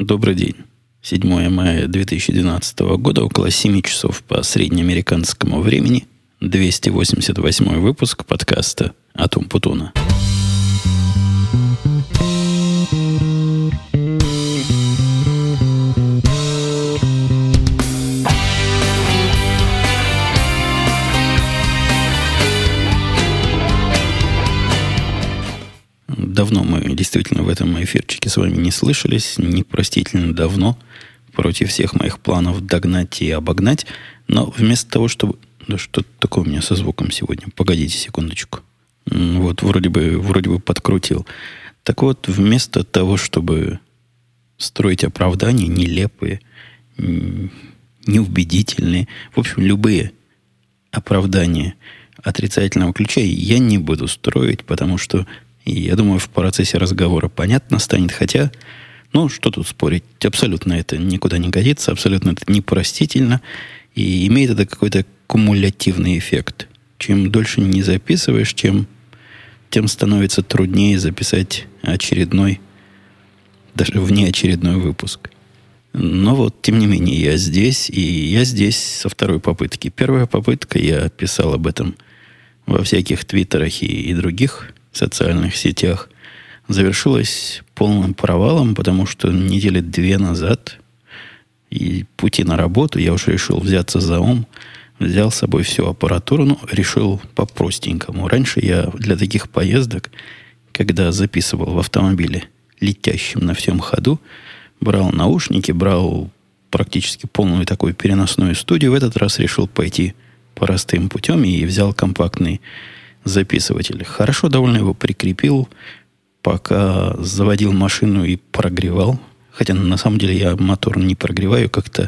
Добрый день. 7 мая 2012 года, около 7 часов по среднеамериканскому времени, 288 выпуск подкаста «Атум Путуна». Давно мы действительно в этом эфирчике с вами не слышались, непростительно давно, против всех моих планов догнать и обогнать. Но вместо того, чтобы... Да что такое у меня со звуком сегодня? Погодите секундочку. Вот, вроде бы подкрутил. Так вот, вместо того, чтобы строить оправдания нелепые, неубедительные, в общем, любые оправдания отрицательного ключа я не буду строить, потому что и я думаю, в процессе разговора понятно станет. Хотя, что тут спорить? Абсолютно это никуда не годится, абсолютно это непростительно. И имеет это какой-то кумулятивный эффект. Чем дольше не записываешь, тем становится труднее записать очередной, даже внеочередной выпуск. Но вот, тем не менее, я здесь, и я здесь со второй попытки. Первая попытка, я писал об этом во всяких твиттерах и других социальных сетях, завершилась полным провалом, потому что недели 2 назад и пути на работу я уже решил взяться за ум, взял с собой всю аппаратуру, решил по-простенькому. Раньше я для таких поездок, когда записывал в автомобиле, летящем на всем ходу, брал наушники, брал практически полную такую переносную студию. В этот раз решил пойти простым путем и взял компактный записыватель. Хорошо довольно его прикрепил, пока заводил машину и прогревал. Хотя на самом деле я мотор не прогреваю, как-то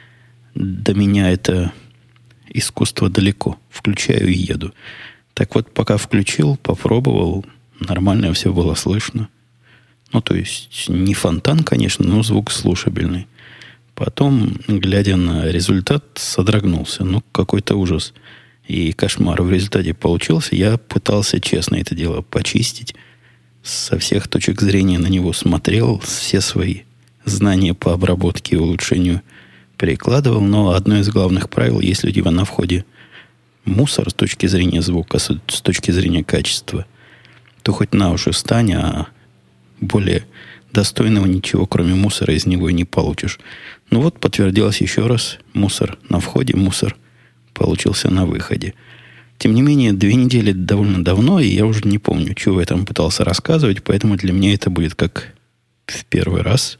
до меня это искусство далеко. Включаю и еду. Так вот, пока включил, попробовал, нормально все было слышно. То есть не фонтан, конечно, но звук слушабельный. Потом, глядя на результат, содрогнулся. Какой-то ужас и кошмар в результате получился. Я пытался честно это дело почистить. Со всех точек зрения на него смотрел, все свои знания по обработке и улучшению прикладывал. Но одно из главных правил, если у тебя на входе мусор с точки зрения звука, с точки зрения качества, то хоть на уши стань, а более достойного ничего, кроме мусора, из него и не получишь. Подтвердилось еще раз. Мусор на входе, мусор получился на выходе. Тем не менее, 2 недели довольно давно, и я уже не помню, чего я там пытался рассказывать, поэтому для меня это будет как в первый раз.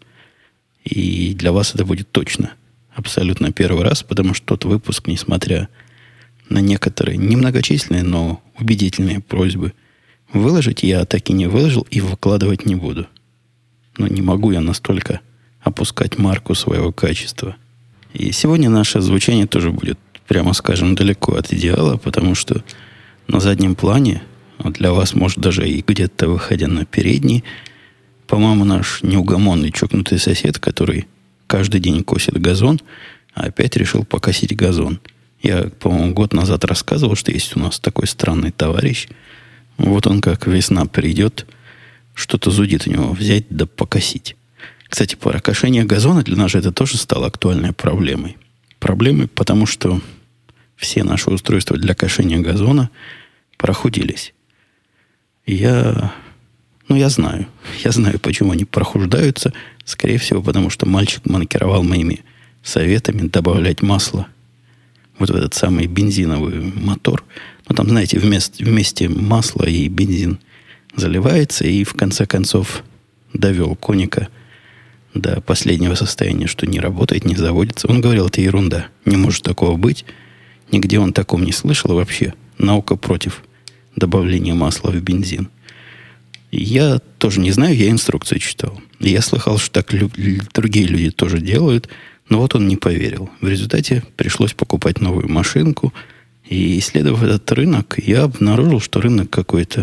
И для вас это будет точно абсолютно первый раз, потому что тот выпуск, несмотря на некоторые немногочисленные, но убедительные просьбы выложить, я так и не выложил и выкладывать не буду. Но не могу я настолько опускать марку своего качества. И сегодня наше звучание тоже будет, прямо скажем, далеко от идеала, потому что на заднем плане, для вас, может, даже и где-то выходя на передний, по-моему, наш неугомонный чокнутый сосед, который каждый день косит газон, опять решил покосить газон. Я, по-моему, год назад рассказывал, что есть у нас такой странный товарищ. Вот он, как весна придет, что-то зудит у него взять да покосить. Кстати, про кошение газона для нас же это тоже стало актуальной проблемой. Проблемой, потому что все наши устройства для кошения газона прохудились. Я знаю, почему они прохуждаются. Скорее всего, потому что мальчик манкировал моими советами добавлять масло вот в этот самый бензиновый мотор. Там, знаете, вместе масло и бензин заливается, и в конце концов довел коника до последнего состояния, что не работает, не заводится. Он говорил, это ерунда, не может такого быть. Нигде он таком не слышал вообще. Наука против добавления масла в бензин. Я тоже не знаю, я инструкцию читал. Я слыхал, что так другие люди тоже делают, но вот он не поверил. В результате пришлось покупать новую машинку. И исследовав этот рынок, я обнаружил, что рынок какой-то,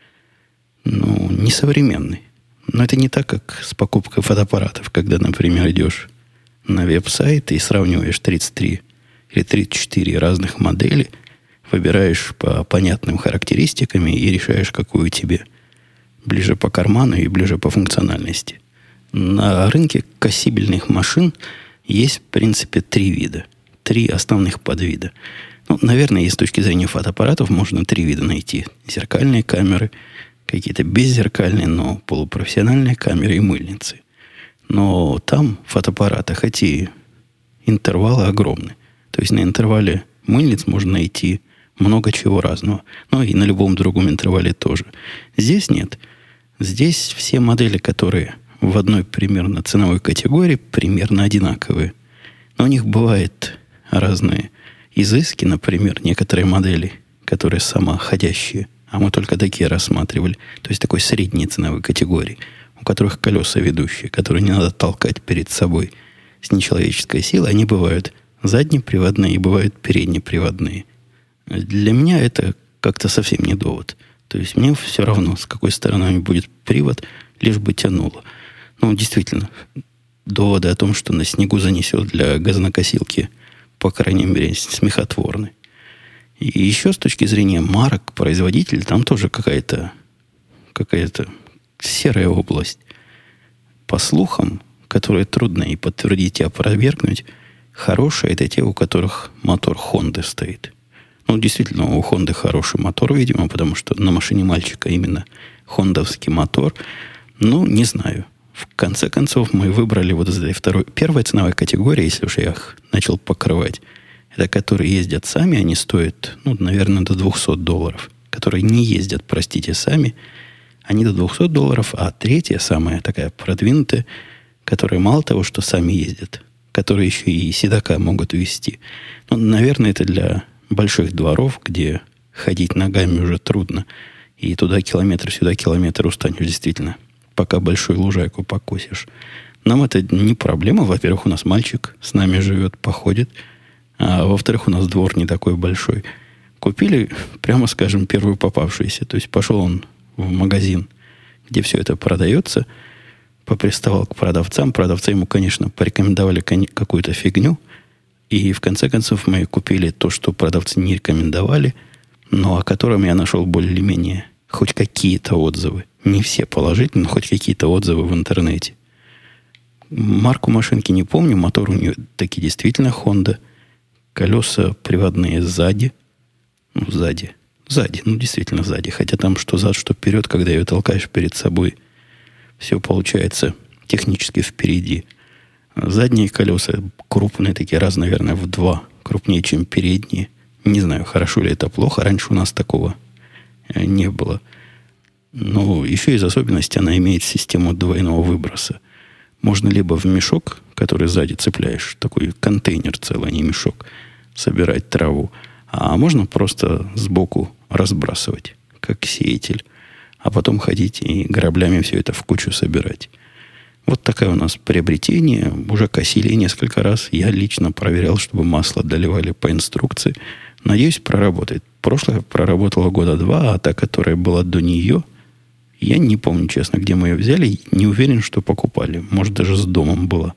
несовременный. Но это не так, как с покупкой фотоаппаратов, когда, например, идешь на веб-сайт и сравниваешь 33 или 34 разных моделей, выбираешь по понятным характеристикам и решаешь, какую тебе ближе по карману и ближе по функциональности. На рынке кассибельных машин есть, в принципе, три вида. Три основных подвида. Ну, наверное, и с точки зрения фотоаппаратов можно три вида найти. Зеркальные камеры, какие-то беззеркальные, но полупрофессиональные камеры и мыльницы. Но там в фотоаппаратах эти интервалы огромны. То есть на интервале мыльниц можно найти много чего разного. Ну и на любом другом интервале тоже. Здесь нет. Здесь все модели, которые в одной примерно ценовой категории, примерно одинаковые. Но у них бывают разные изыски. Например, некоторые модели, которые самоходящие, а мы только такие рассматривали. То есть такой средней ценовой категории, у которых колеса ведущие, которые не надо толкать перед собой с нечеловеческой силой. Они бывают заднеприводные и бывают переднеприводные. Для меня это как-то совсем не довод. То есть мне все равно, с какой стороны будет привод, лишь бы тянуло. Ну, действительно, доводы о том, что на снегу занесет для газонокосилки, по крайней мере, смехотворны. И еще с точки зрения марок, производителей, там тоже какая-то серая область. По слухам, которые трудно и подтвердить, и опровергнуть, хорошие это те, у которых мотор Хонды стоит. Ну, действительно, у Хонды хороший мотор, видимо, потому что на машине мальчика именно хондовский мотор. Ну, не знаю. В конце концов, мы выбрали вот из этой первой ценовой категории, если уж я их начал покрывать. Это которые ездят сами, они стоят, ну, наверное, до $200. Которые не ездят, простите, сами, они до $200. А третья, самая такая продвинутая, которая мало того, что сами ездят, которые еще и седока могут везти. Ну, наверное, это для больших дворов, где ходить ногами уже трудно. И туда километр, сюда километр устанешь действительно, пока большую лужайку покосишь. Нам это не проблема. Во-первых, у нас мальчик с нами живет, походит. А во-вторых, у нас двор не такой большой. Купили, прямо скажем, первую попавшуюся. То есть пошел он в магазин, где все это продается, поприставал к продавцам. Продавцы ему, конечно, порекомендовали какую-то фигню. И в конце концов мы купили то, что продавцы не рекомендовали, но о котором я нашел более-менее хоть какие-то отзывы. Не все положительные, но хоть какие-то отзывы в интернете. Марку машинки не помню, мотор у нее таки действительно Honda. Колеса приводные сзади. Ну, сзади, ну, действительно сзади. Хотя там что зад, что вперед, когда ее толкаешь перед собой, все получается технически впереди. Задние колеса крупные такие, раз, наверное, в 2 крупнее, чем передние. Не знаю, хорошо ли это, плохо. Раньше у нас такого не было. Но еще из особенностей она имеет систему двойного выброса. Можно либо в мешок, который сзади цепляешь, такой контейнер целый, а не мешок, собирать траву. А можно просто сбоку разбрасывать, как сеятель. А потом ходить и граблями все это в кучу собирать. Вот такое у нас приобретение. Уже косили несколько раз. Я лично проверял, чтобы масло доливали по инструкции. Надеюсь, проработает. Прошлое проработало 2 года, а та, которая была до нее, я не помню, честно, где мы ее взяли. Не уверен, что покупали. Может, даже с домом была.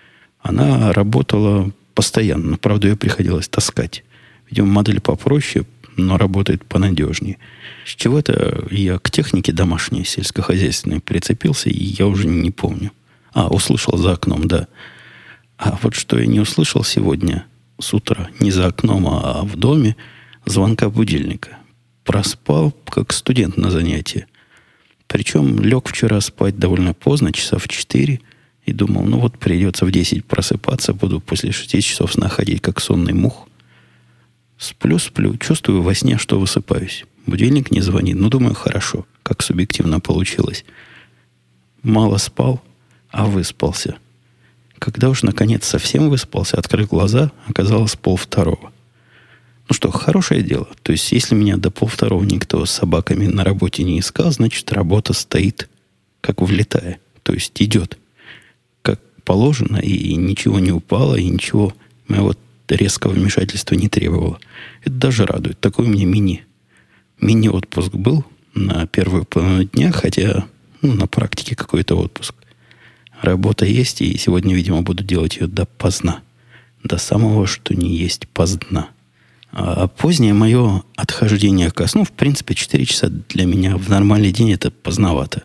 Она работала постоянно. Правда, ее приходилось таскать. Видимо, модель попроще, но работает понадежнее. С чего-то я к технике домашней, сельскохозяйственной прицепился, и я уже не помню. Услышал за окном, да. А вот что я не услышал сегодня с утра, не за окном, а в доме, звонка будильника. Проспал, как студент на занятии. Причем лег вчера спать довольно поздно, часа в 4, и думал, ну вот придется в 10 просыпаться, буду после 6 часов сна ходить, как сонный мух. Сплю, чувствую во сне, что высыпаюсь. Будильник не звонит, но думаю, хорошо, как субъективно получилось. Мало спал, а выспался. Когда уж, наконец, совсем выспался, открыл глаза, оказалось 1:30. Ну что, хорошее дело. То есть, если меня до 1:30 никто с собаками на работе не искал, значит, работа стоит как влетая. То есть, идет как положено, и ничего не упало, и ничего моего резкого вмешательства не требовало. Это даже радует. Такой у меня мини-отпуск был на первую половину дня, хотя на практике какой-то отпуск. Работа есть, и сегодня, видимо, буду делать ее допоздна. До самого, что не есть поздна. А позднее мое отхождение ко сну, в принципе, 4 часа для меня в нормальный день это поздновато.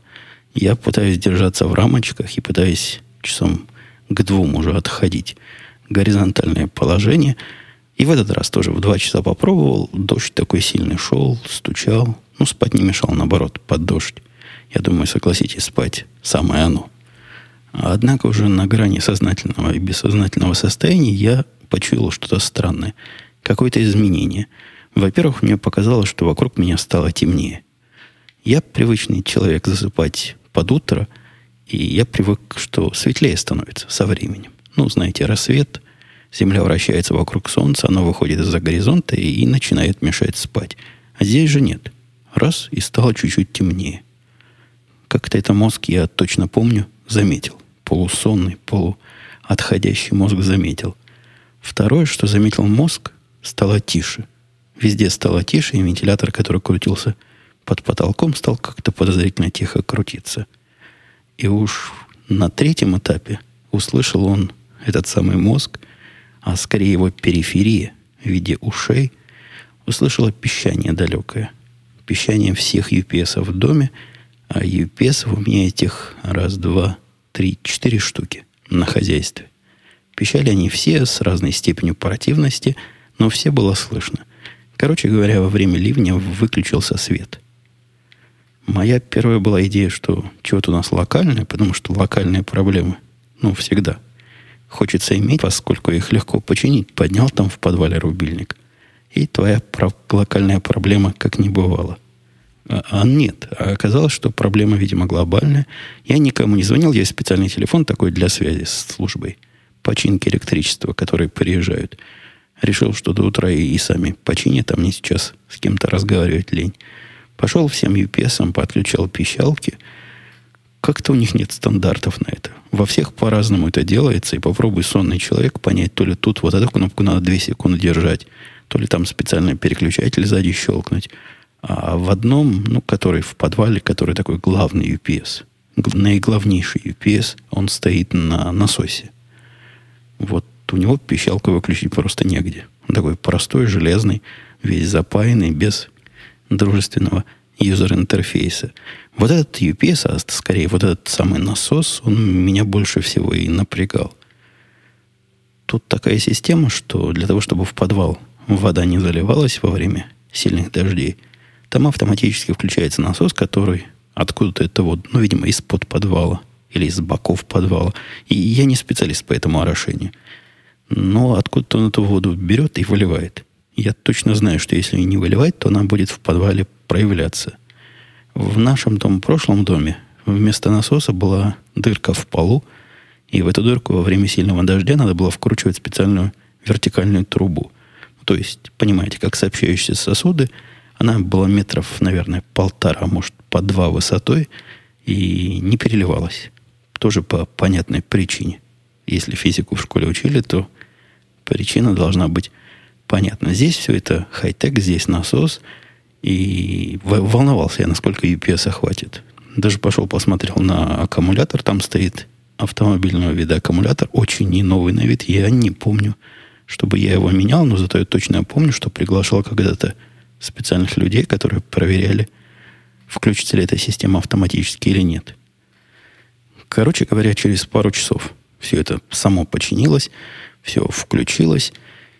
Я пытаюсь держаться в рамочках и пытаюсь часам к 2 уже отходить. Горизонтальное положение. И в этот раз тоже в 2 часа попробовал. Дождь такой сильный шел, стучал. Ну, спать не мешал, наоборот, под дождь. Я думаю, согласитесь, спать самое оно. Однако уже на грани сознательного и бессознательного состояния я почуял что-то странное. Какое-то изменение. Во-первых, мне показалось, что вокруг меня стало темнее. Я привычный человек засыпать под утро, и я привык, что светлее становится со временем. Ну, знаете, рассвет, Земля вращается вокруг Солнца, оно выходит из-за горизонта и начинает мешать спать. А здесь же нет. Раз, и стало чуть-чуть темнее. Как-то это мозг, я точно помню, заметил. Полусонный, полуотходящий мозг заметил. Второе, что заметил мозг, стало тише. Везде стало тише, и вентилятор, который крутился под потолком, стал как-то подозрительно тихо крутиться. И уж на 3-м этапе услышал он, этот самый мозг, а скорее его периферия в виде ушей, услышала пищание далекое. Пищание всех UPS в доме, а UPS у меня этих 1, 2, 3, 4 штуки на хозяйстве. Пищали они все с разной степенью противности, но все было слышно. Короче говоря, во время ливня выключился свет. Моя первая была идея, что чего-то у нас локальное, потому что локальные проблемы, всегда хочется иметь, поскольку их легко починить. Поднял там в подвале рубильник, и твоя локальная проблема как не бывало. А нет. А оказалось, что проблема, видимо, глобальная. Я никому не звонил. Есть специальный телефон такой для связи с службой починки электричества, которые приезжают. Решил, что до утра и сами починят, а мне сейчас с кем-то разговаривать лень. Пошел всем UPS-ам, подключал пищалки. Как-то у них нет стандартов на это. Во всех по-разному это делается. И попробуй сонный человек понять, то ли тут вот эту кнопку надо 2 секунды держать, то ли там специальный переключатель сзади щелкнуть. А в одном, который в подвале, который такой главный UPS, наиглавнейший UPS, он стоит на насосе. Вот у него пищалку выключить просто негде. Он такой простой, железный, весь запаянный, без дружественного юзер-интерфейса. Вот этот UPS, а скорее вот этот самый насос, он меня больше всего и напрягал. Тут такая система, что для того, чтобы в подвал вода не заливалась во время сильных дождей, там автоматически включается насос, который откуда-то это видимо, из-под подвала или из боков подвала. И я не специалист по этому орошению. Но откуда-то он эту воду берет и выливает. Я точно знаю, что если не выливать, то она будет в подвале проявляться. В нашем прошлом доме вместо насоса была дырка в полу, и в эту дырку во время сильного дождя надо было вкручивать специальную вертикальную трубу. То есть, понимаете, как сообщающиеся сосуды. Она была метров, наверное, 1,5, может, по 2 высотой, и не переливалась. Тоже по понятной причине. Если физику в школе учили, то причина должна быть понятна. Здесь все это хай-тек, здесь насос. И волновался я, насколько UPS хватит. Даже пошел посмотрел на аккумулятор. Там стоит автомобильного вида аккумулятор. Очень не новый на вид. Я не помню, чтобы я его менял, но зато я точно помню, что приглашал когда-то специальных людей, которые проверяли, включится ли эта система автоматически или нет. Короче говоря, через пару часов все это само починилось, все включилось,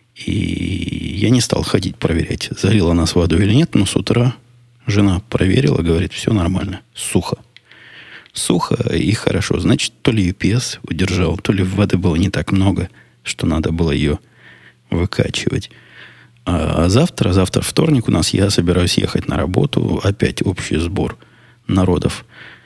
и я не стал ходить проверять, залила нас водой или нет, но с утра жена проверила, говорит, все нормально, сухо. Сухо и хорошо. Значит, то ли UPS удержал, то ли воды было не так много, что надо было ее выкачивать. А завтра вторник у нас, я собираюсь ехать на работу, опять общий сбор народов.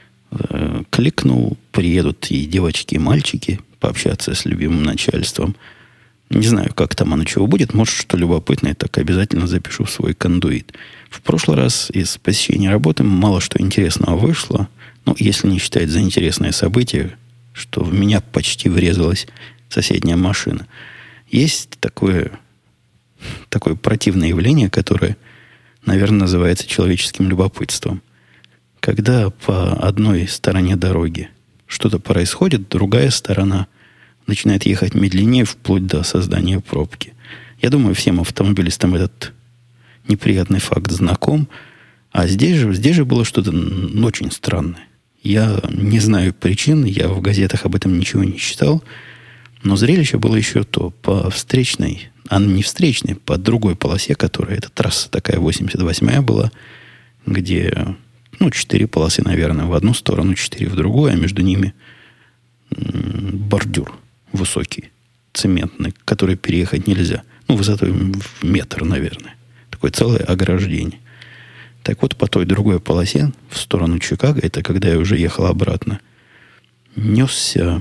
Кликнул, приедут и девочки, и мальчики пообщаться с любимым начальством. Не знаю, как там оно чего будет. Может, что любопытное, так обязательно запишу в свой кондуит. В прошлый раз из посещения работы мало что интересного вышло. Если не считать за интересное событие, что в меня почти врезалась соседняя машина. Есть такое противное явление, которое, наверное, называется человеческим любопытством. Когда по одной стороне дороги что-то происходит, другая сторона начинает ехать медленнее, вплоть до создания пробки. Я думаю, всем автомобилистам этот неприятный факт знаком. А здесь же было что-то очень странное. Я не знаю причин, я в газетах об этом ничего не читал, но зрелище было еще то. По встречной, а не встречной, по другой полосе, которая, эта трасса такая 88-я была, где, 4 полосы, наверное, в одну сторону, 4 в другую, а между ними бордюр высокий, цементный, который переехать нельзя. Высотой в метр, наверное. Такое целое ограждение. Так вот, по той другой полосе, в сторону Чикаго, это когда я уже ехал обратно, несся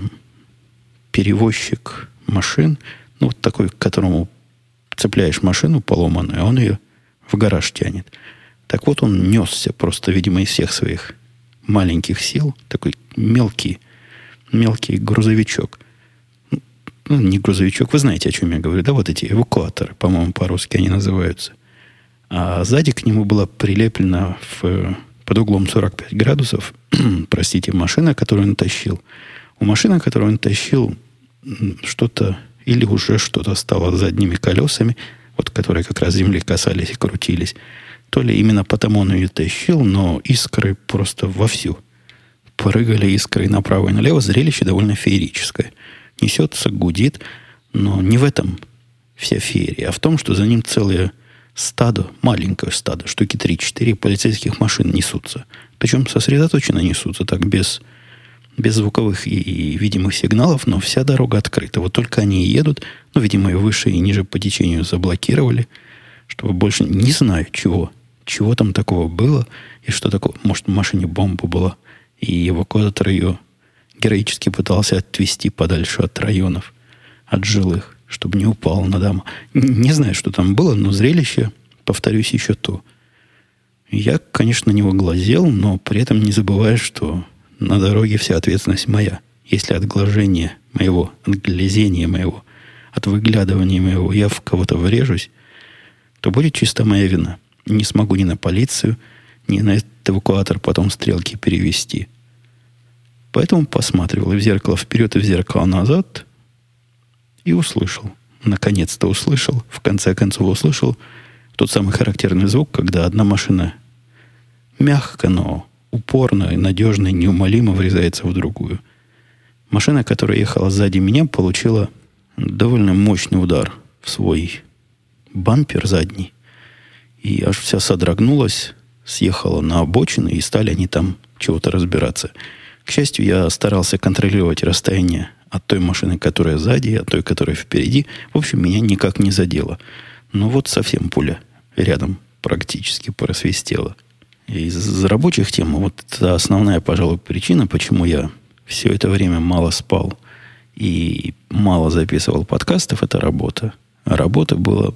перевозчик машин, такой, к которому цепляешь машину поломанную, а он ее в гараж тянет. Так вот, он несся просто, видимо, из всех своих маленьких сил, такой мелкий грузовичок. Не грузовичок, вы знаете, о чем я говорю, да, вот эти эвакуаторы, по-моему, по-русски они называются. А сзади к нему была прилеплена под углом 45 градусов, простите, машина, которую он тащил. У машины, которую он тащил, что-то, или уже что-то стало задними колесами, которые как раз земли касались и крутились. То ли именно потому он ее тащил, но искры просто вовсю. Прыгали искры направо и налево. Зрелище довольно феерическое. Несется, гудит, но не в этом вся феерия, а в том, что за ним целое стадо, маленькое стадо, штуки 3-4 полицейских машин несутся. Причем сосредоточенно несутся, так без звуковых и видимых сигналов, но вся дорога открыта. Вот только они и едут, видимо, и выше, и ниже по течению заблокировали, чтобы больше не знаю чего там такого было, и что такое, может, в машине бомба была, и эвакуатор ее героически пытался отвести подальше от районов, от жилых, чтобы не упал на дома. Не знаю, что там было, но зрелище, повторюсь, еще то. Я, конечно, на него глазел, но при этом не забываю, что на дороге вся ответственность моя. Если от глазения моего, от глазения моего, от выглядывания моего я в кого-то врежусь, то будет чисто моя вина. Не смогу ни на полицию, ни на этот эвакуатор потом стрелки перевести. Поэтому посматривал и в зеркало вперед, и в зеркало назад, и услышал. Наконец-то услышал, в конце концов услышал тот самый характерный звук, когда одна машина мягко, но упорно и надежно и неумолимо врезается в другую. Машина, которая ехала сзади меня, получила довольно мощный удар в свой бампер задний. И аж вся содрогнулась, съехала на обочину, и стали они там чего-то разбираться. К счастью, я старался контролировать расстояние от той машины, которая сзади, и от той, которая впереди. В общем, меня никак не задело. Но вот совсем пуля рядом практически просвистела. И из рабочих тем, вот это основная, пожалуй, причина, почему я все это время мало спал и мало записывал подкастов, это работа. А работа была...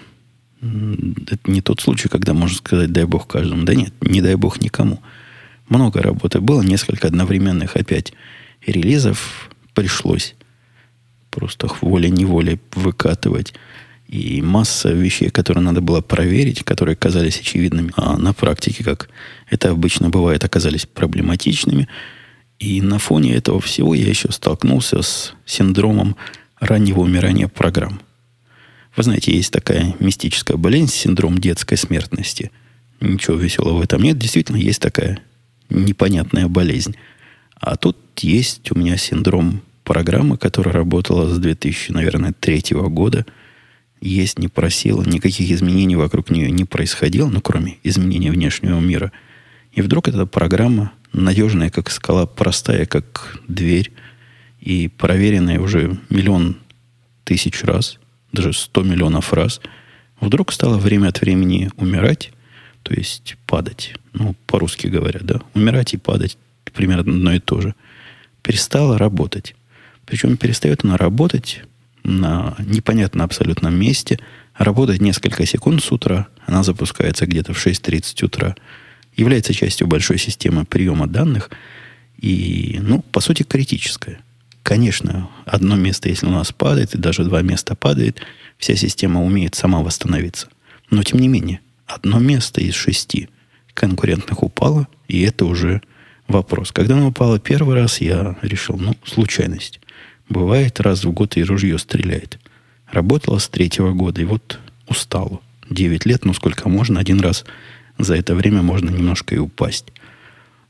Это не тот случай, когда можно сказать, дай бог каждому. Да нет, не дай бог никому. Много работы было, несколько одновременных опять релизов пришлось просто волей-неволей выкатывать. И масса вещей, которые надо было проверить, которые казались очевидными, а на практике, как это обычно бывает, оказались проблематичными. И на фоне этого всего я еще столкнулся с синдромом раннего умирания программ. Вы знаете, есть такая мистическая болезнь, синдром детской смертности. Ничего веселого в этом нет. Действительно, есть такая непонятная болезнь. А тут есть у меня синдром программы, которая работала с 2003 года. Есть, не просила, никаких изменений вокруг нее не происходило, кроме изменения внешнего мира. И вдруг эта программа, надежная, как скала, простая, как дверь, и проверенная уже 1 000 000 раз, даже 100 миллионов раз, вдруг стало время от времени умирать, то есть падать. По-русски говоря, да. Умирать и падать примерно одно и то же. Перестала работать. Причем перестает она работать на непонятно абсолютном месте. Работать несколько секунд с утра. Она запускается где-то в 6:30 утра. Является частью большой системы приема данных. И, по сути, критическая. Конечно, одно место, если у нас падает, и даже 2 места падает, вся система умеет сама восстановиться. Но, тем не менее, одно место из 6 конкурентных упало, и это уже вопрос. Когда оно упало первый раз, я решил, случайность. Бывает, раз в год и ружье стреляет. Работала с 3-го года, и вот устала. 9 лет, сколько можно, один раз за это время можно немножко и упасть.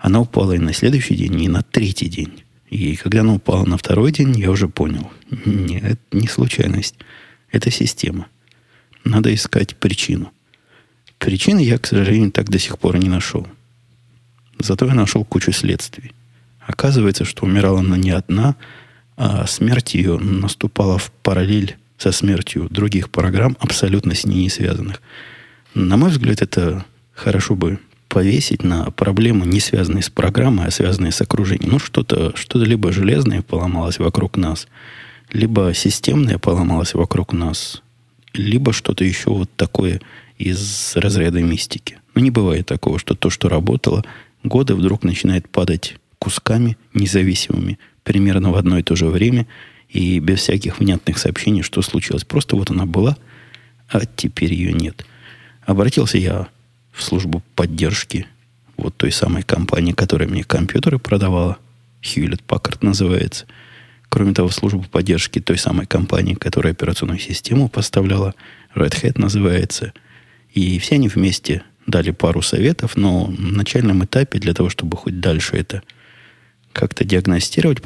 Она упала и на следующий день, и на третий день. И когда она упала на второй день, я уже понял. Нет, это не случайность. Это система. Надо искать причину. Причины я, к сожалению, так до сих пор и не нашел. Зато я нашел кучу следствий. Оказывается, что умирала она не одна, а смерть ее наступала в параллель со смертью других программ, абсолютно с ней не связанных. На мой взгляд, это хорошо бы повесить на проблемы, не связанные с программой, а связанные с окружением. Ну, что-то либо железное поломалось вокруг нас, либо системное поломалось вокруг нас, либо что-то еще вот такое из разряда мистики. Но не бывает такого, что то, что работало, годы вдруг начинает падать кусками независимыми, примерно в одно и то же время, и без всяких внятных сообщений, что случилось. Просто вот она была, а теперь ее нет. Обратился я в службу поддержки вот той самой компании, которая мне компьютеры продавала. Hewlett-Packard называется. Кроме того, в службу поддержки той самой компании, которая операционную систему поставляла. Red Hat называется. И все они вместе дали пару советов, но на начальном этапе, для того, чтобы хоть дальше это как-то диагностировать,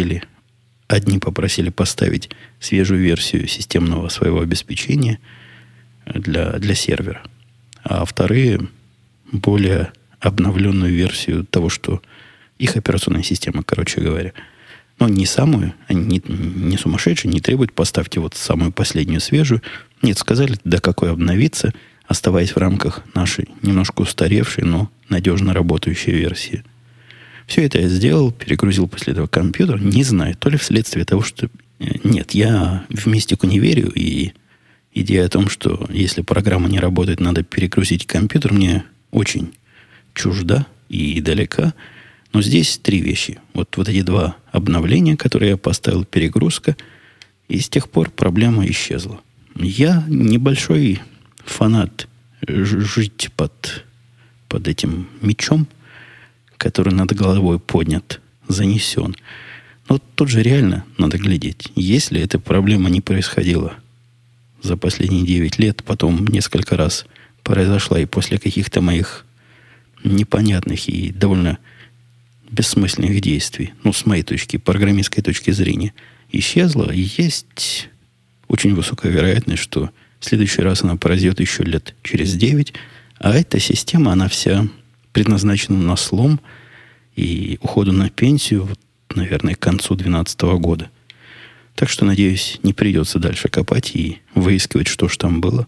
одни попросили поставить свежую версию системного своего обеспечения для сервера, а вторые более обновленную версию того, что их операционная система, короче говоря. Но не самую, они не сумасшедшие, не требуют, поставьте вот самую последнюю свежую. Нет, сказали, до какой обновиться, оставаясь в рамках нашей немножко устаревшей, но надежно работающей версии. Все это я сделал, перегрузил после этого компьютер. Не знаю, то ли вследствие того, что... Нет, я в мистику не верю, и идея о том, что если программа не работает, надо перегрузить компьютер, мне очень чужда и далека. Но здесь три вещи. Вот эти два обновления, которые я поставил, перегрузка, и с тех пор проблема исчезла. Я небольшой фанат жить под этим мечом, который над головой поднят, занесен. Но тут же реально надо глядеть. Если эта проблема не происходила за последние 9 лет, потом несколько раз произошла и после каких-то моих непонятных и довольно бессмысленных действий, с моей программистской точки зрения, исчезла, и есть очень высокая вероятность, что в следующий раз она произойдет еще лет через 9, а эта система, она вся предназначена на слом и уходу на пенсию, наверное, к концу 2012 года. Так что, надеюсь, не придется дальше копать и выискивать, что ж там было.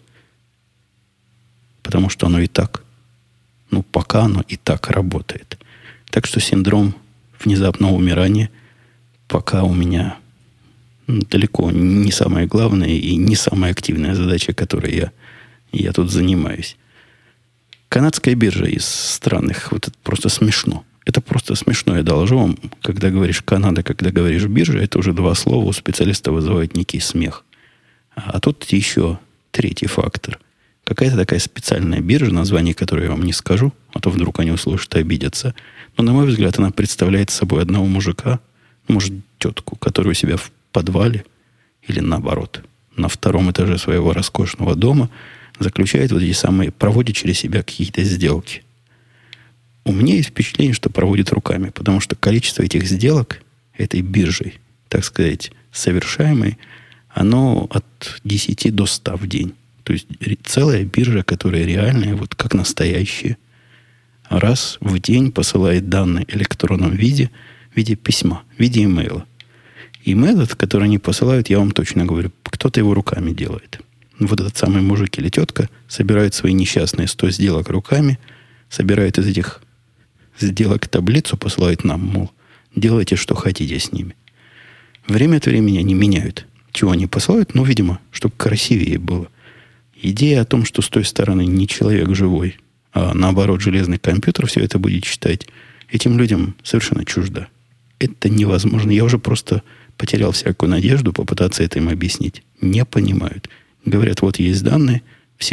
Потому что оно и так, пока оно и так работает. Так что синдром внезапного умирания пока у меня далеко не самая главная и не самая активная задача, которой я тут занимаюсь. Канадская биржа из странных, это просто смешно. Это просто смешно, я доложу вам. Когда говоришь Канада, когда говоришь биржа, это уже два слова у специалиста вызывают некий смех. А тут еще третий фактор. Какая-то такая специальная биржа, название которой я вам не скажу, а то вдруг они услышат и обидятся. Но, на мой взгляд, она представляет собой одного мужика, может, тетку, которую у себя в подвале или наоборот, на втором этаже своего роскошного дома заключает вот эти самые, проводит через себя какие-то сделки. У меня есть впечатление, что проводит руками, потому что количество этих сделок этой биржей, так сказать, совершаемой, оно от 10 до 100 в день. То есть целая биржа, которая реальная, вот как настоящая, раз в день посылает данные в электронном виде, в виде письма, в виде имейла. Имейл, который они посылают, я вам точно говорю, кто-то его руками делает. Вот этот самый мужик или тетка собирают свои несчастные 100 сделок руками, собирают из этих сделок таблицу, посылают нам, мол, делайте, что хотите с ними. Время от времени они меняют. Чего они посылают? Видимо, чтобы красивее было. Идея о том, что с той стороны не человек живой, а наоборот железный компьютер все это будет читать, этим людям совершенно чужда. Это невозможно. Я уже просто потерял всякую надежду попытаться это им объяснить. Не понимают. Говорят, вот есть данные,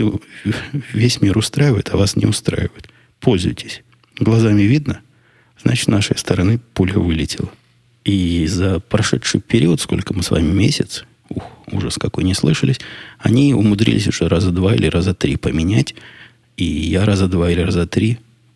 весь мир устраивает, а вас не устраивает. Пользуйтесь. Глазами видно, значит, с нашей стороны пуля вылетела. И за прошедший период, сколько мы с вами месяц, ужас какой, не слышались, они умудрились уже раза 2 или раза 3 поменять. И я раза 2 или раза 3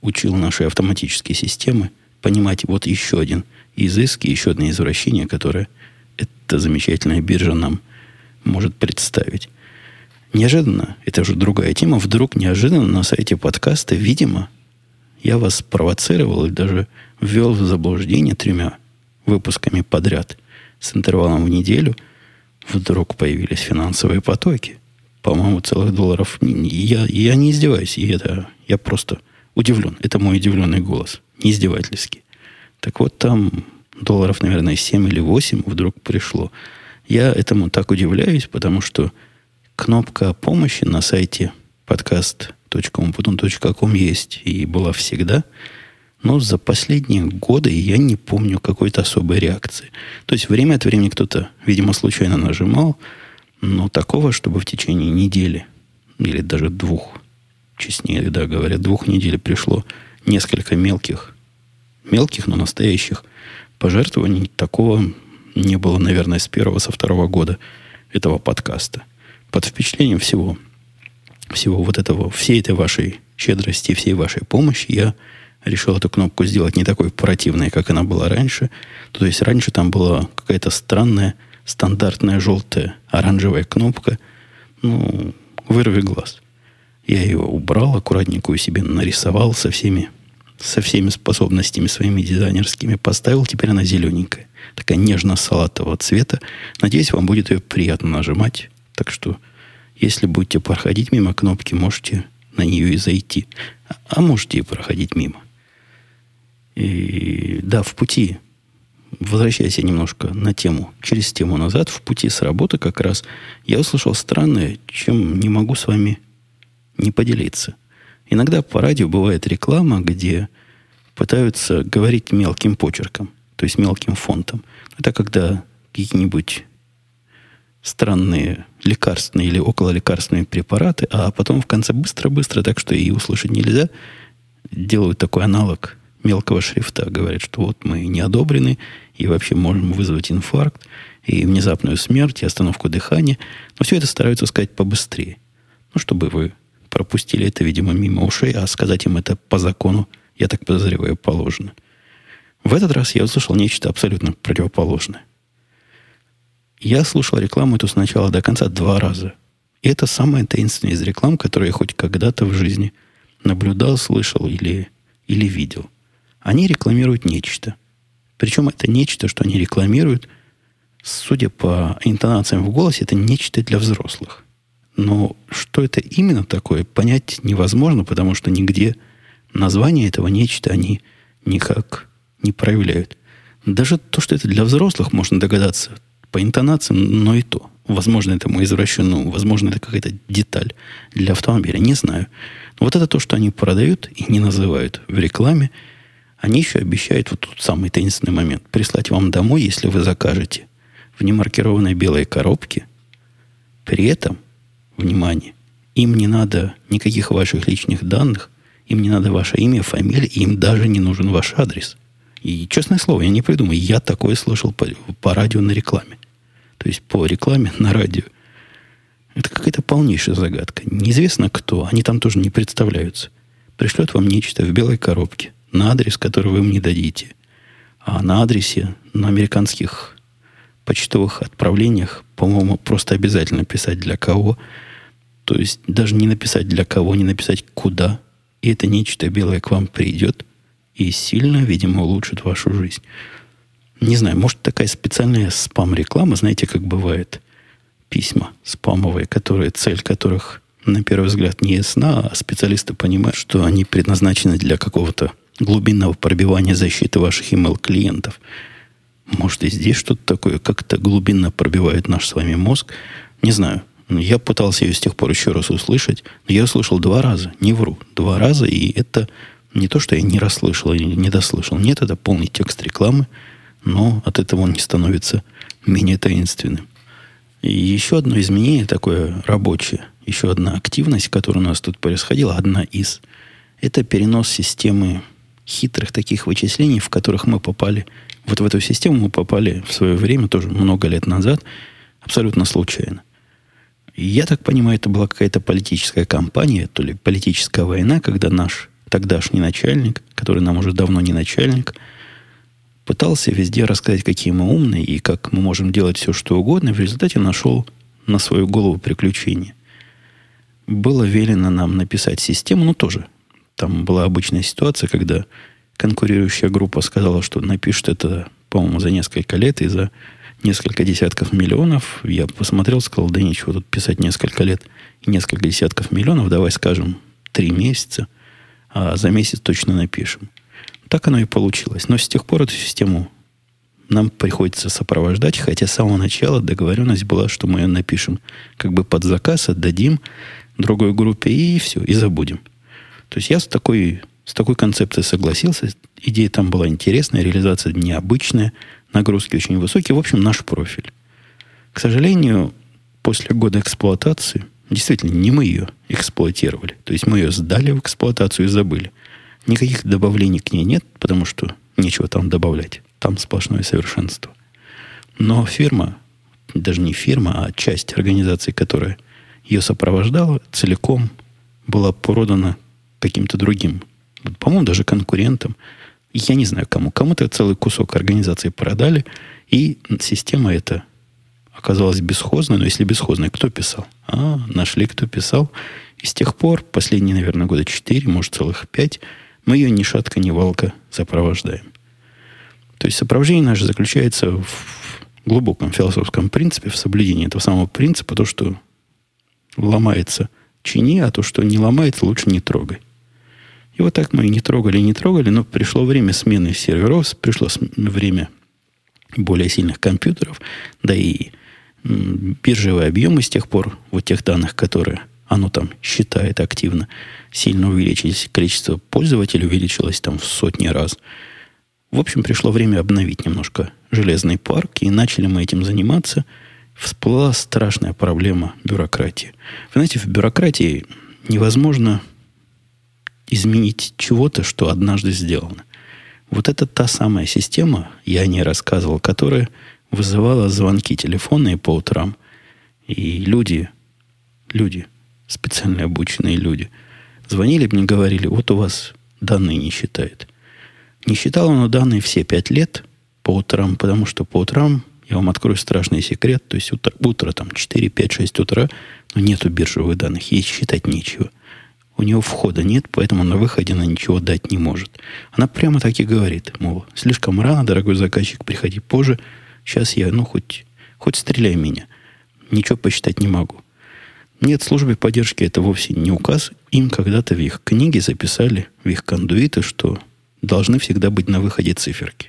учил наши автоматические системы понимать вот еще один изыск, еще одно извращение, которое эта замечательная биржа нам может представить. Неожиданно, это уже другая тема, вдруг неожиданно на сайте подкаста, видимо, я вас спровоцировал и даже ввел в заблуждение 3 выпусками подряд с интервалом в неделю, вдруг появились финансовые потоки. По-моему, целых долларов. Я не издеваюсь, я просто удивлен. Это мой удивленный голос, не издевательский. Так вот, там долларов, наверное, 7 или 8 вдруг пришло. Я этому так удивляюсь, потому что кнопка помощи на сайте podcast.umputun.com есть и была всегда. Но за последние годы я не помню какой-то особой реакции. То есть время от времени кто-то, видимо, случайно нажимал, но такого, чтобы в течение недели или даже 2, честнее, да, говорят, 2 недель пришло несколько мелких, но настоящих пожертвований, такого не было, наверное, с 1-го, со 2-го года этого подкаста. Под впечатлением всего вот этого, всей этой вашей щедрости, всей вашей помощи я решил эту кнопку сделать не такой противной, как она была раньше. То есть раньше там была какая-то странная, стандартная желтая оранжевая кнопка. Ну, вырви глаз. Я ее убрал, аккуратненькую себе нарисовал со всеми способностями своими дизайнерскими. Поставил, теперь она зелененькая. Такая нежно-салатового цвета. Надеюсь, вам будет ее приятно нажимать. Так что, если будете проходить мимо кнопки, можете на нее и зайти. А можете и проходить мимо. И да, в пути, возвращаясь я немножко на тему, через тему назад, в пути с работы как раз, я услышал странное, чем не могу с вами не поделиться. Иногда по радио бывает реклама, где пытаются говорить мелким почерком, то есть мелким фонтом. Это когда какие-нибудь странные лекарственные или окололекарственные препараты, а потом в конце быстро-быстро, так что и услышать нельзя, делают такой аналог мелкого шрифта. Говорят, что вот мы не одобрены, и вообще можем вызвать инфаркт, и внезапную смерть, и остановку дыхания. Но все это стараются сказать побыстрее. Ну, чтобы вы пропустили это, видимо, мимо ушей, а сказать им это по закону, я так подозреваю, положено. В этот раз я услышал нечто абсолютно противоположное. Я слушал рекламу эту с начала до конца 2 раза. И это самая таинственная из реклам, которую я хоть когда-то в жизни наблюдал, слышал или видел. Они рекламируют нечто. Причем это нечто, что они рекламируют, судя по интонациям в голосе, это нечто для взрослых. Но что это именно такое, понять невозможно, потому что нигде название этого нечто они никак не проявляют. Даже то, что это для взрослых, можно догадаться по интонациям, но и то. Возможно, это мой извращенный, возможно, это какая-то деталь для автомобиля, не знаю. Но вот это то, что они продают и не называют в рекламе, они еще обещают вот тот самый таинственный момент. Прислать вам домой, если вы закажете в немаркированной белой коробке. При этом, внимание, им не надо никаких ваших личных данных, им не надо ваше имя, фамилия, им даже не нужен ваш адрес. И, честное слово, я не придумаю. Я такое слышал по радио на рекламе. То есть по рекламе на радио. Это какая-то полнейшая загадка. Неизвестно кто. Они там тоже не представляются. Пришлет вам нечто в белой коробке на адрес, который вы им не дадите. А на адресе, на американских почтовых отправлениях, по-моему, просто обязательно писать для кого. То есть даже не написать для кого, не написать куда. И это нечто белое к вам придет и сильно, видимо, улучшит вашу жизнь. Не знаю, может, такая специальная спам-реклама, знаете, как бывает письма спамовые, цель которых, на первый взгляд, не ясна, а специалисты понимают, что они предназначены для какого-то глубинного пробивания защиты ваших email-клиентов. Может, и здесь что-то такое как-то глубинно пробивает наш с вами мозг. Не знаю. Я пытался ее с тех пор еще раз услышать, но я услышал 2 раза, не вру, 2 раза, и это не то, что я не расслышал или не дослышал. Нет, это полный текст рекламы, но от этого он не становится менее таинственным. И еще одно изменение такое рабочее, еще одна активность, которая у нас тут происходила, одна из, это перенос системы хитрых таких вычислений, в которых мы попали. Вот в эту систему мы попали в свое время, тоже много лет назад, абсолютно случайно. И я так понимаю, это была какая-то политическая кампания, то ли политическая война, когда наш тогдашний начальник, который нам уже давно не начальник, пытался везде рассказать, какие мы умные и как мы можем делать все, что угодно, и в результате нашел на свою голову приключения. Было велено нам написать систему, ну тоже. Там была обычная ситуация, когда конкурирующая группа сказала, что напишет это, по-моему, за несколько лет и за несколько десятков миллионов. Я посмотрел, сказал, да ничего, тут писать несколько лет и несколько десятков миллионов, давай скажем 3 месяца, а за месяц точно напишем. Так оно и получилось. Но с тех пор эту систему нам приходится сопровождать, хотя с самого начала договоренность была, что мы ее напишем как бы под заказ, отдадим другой группе и все, и забудем. То есть я с такой концепцией согласился. Идея там была интересная, реализация необычная, нагрузки очень высокие. В общем, наш профиль. К сожалению, после года эксплуатации, действительно, не мы ее эксплуатировали. То есть мы ее сдали в эксплуатацию и забыли. Никаких добавлений к ней нет, потому что нечего там добавлять. Там сплошное совершенство. Но фирма, даже не фирма, а часть организации, которая ее сопровождала, целиком была продана каким-то другим, по-моему, даже конкурентам. Я не знаю кому. Кому-то целый кусок организации продали, и система эта оказалась бесхозной. Но если бесхозной, кто писал? Нашли, кто писал. И с тех пор, последние, наверное, года 4, может, целых 5, мы ее ни шатка, ни валка сопровождаем. То есть сопровождение наше заключается в глубоком философском принципе, в соблюдении этого самого принципа, то, что ломается, чини, а то, что не ломается, лучше не трогай. И вот так мы и не трогали, но пришло время смены серверов, пришло время более сильных компьютеров, да и биржевые объемы с тех пор, вот тех данных, которые оно там считает активно, сильно увеличились, количество пользователей увеличилось там в сотни раз. В общем, пришло время обновить немножко железный парк, и начали мы этим заниматься. Всплыла страшная проблема бюрократии. Вы знаете, в бюрократии невозможно изменить чего-то, что однажды сделано. Вот это та самая система, я о ней рассказывал, которая вызывала звонки телефонные по утрам. И люди, специально обученные люди, звонили мне, говорили, вот у вас данные не считает. Не считал оно данные все 5 лет по утрам, потому что по утрам, я вам открою страшный секрет, то есть утро там 4, 5, 6 утра, но нету биржевых данных, ей считать нечего. У него входа нет, поэтому на выходе она ничего дать не может. Она прямо так и говорит, мол, слишком рано, дорогой заказчик, приходи позже. Сейчас я, хоть стреляй меня. Ничего посчитать не могу. Нет, службе поддержки это вовсе не указ. Им когда-то в их книге записали, в их кондуиты, что должны всегда быть на выходе циферки.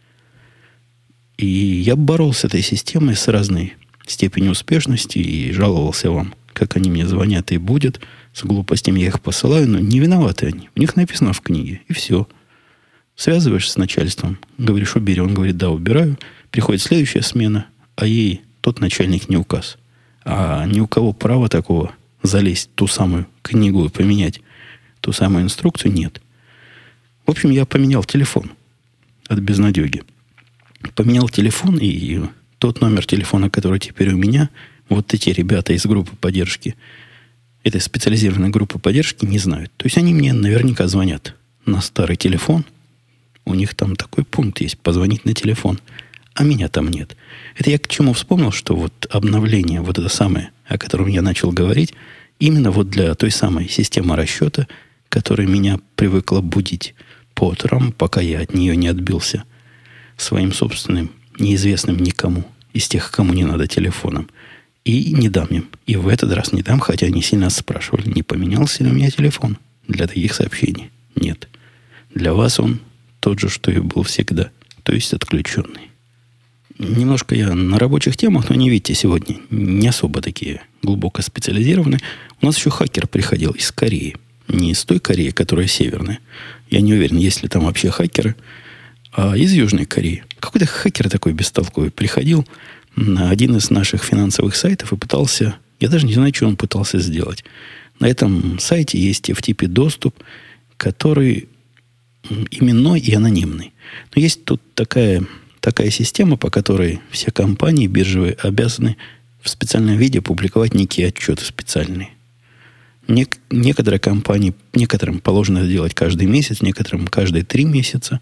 И я боролся с этой системой с разной степенью успешности и жаловался вам, как они мне звонят и будет. С глупостями я их посылаю, но не виноваты они. У них написано в книге, и все. Связываешься с начальством, говоришь, убери. Он говорит, да, убираю. Приходит следующая смена, а ей тот начальник не указ. А ни у кого права такого залезть в ту самую книгу и поменять ту самую инструкцию нет. В общем, я поменял телефон от безнадеги. Поменял телефон, и тот номер телефона, который теперь у меня, вот эти ребята из группы поддержки, этой специализированной группы поддержки, не знают. То есть они мне наверняка звонят на старый телефон. У них там такой пункт есть, позвонить на телефон. А меня там нет. Это я к чему вспомнил, что вот обновление, вот это самое, о котором я начал говорить, именно вот для той самой системы расчета, которая меня привыкла будить по утрам, пока я от нее не отбился своим собственным, неизвестным никому, из тех, кому не надо телефоном. И не дам им. И в этот раз не дам, хотя они сильно спрашивали, не поменялся ли у меня телефон для таких сообщений. Нет. Для вас он тот же, что и был всегда. То есть отключенный. Немножко я на рабочих темах, но не видите, сегодня не особо такие глубоко специализированные. У нас еще хакер приходил из Кореи. Не из той Кореи, которая северная. Я не уверен, есть ли там вообще хакеры. А из Южной Кореи. Какой-то хакер такой бестолковый приходил на один из наших финансовых сайтов и пытался... Я даже не знаю, что он пытался сделать. На этом сайте есть FTP-доступ, который именной и анонимный. Но есть тут такая система, по которой все компании биржевые обязаны в специальном виде публиковать некие отчеты специальные. Некоторые компании, некоторым положено это делать каждый месяц, некоторым каждые 3 месяца.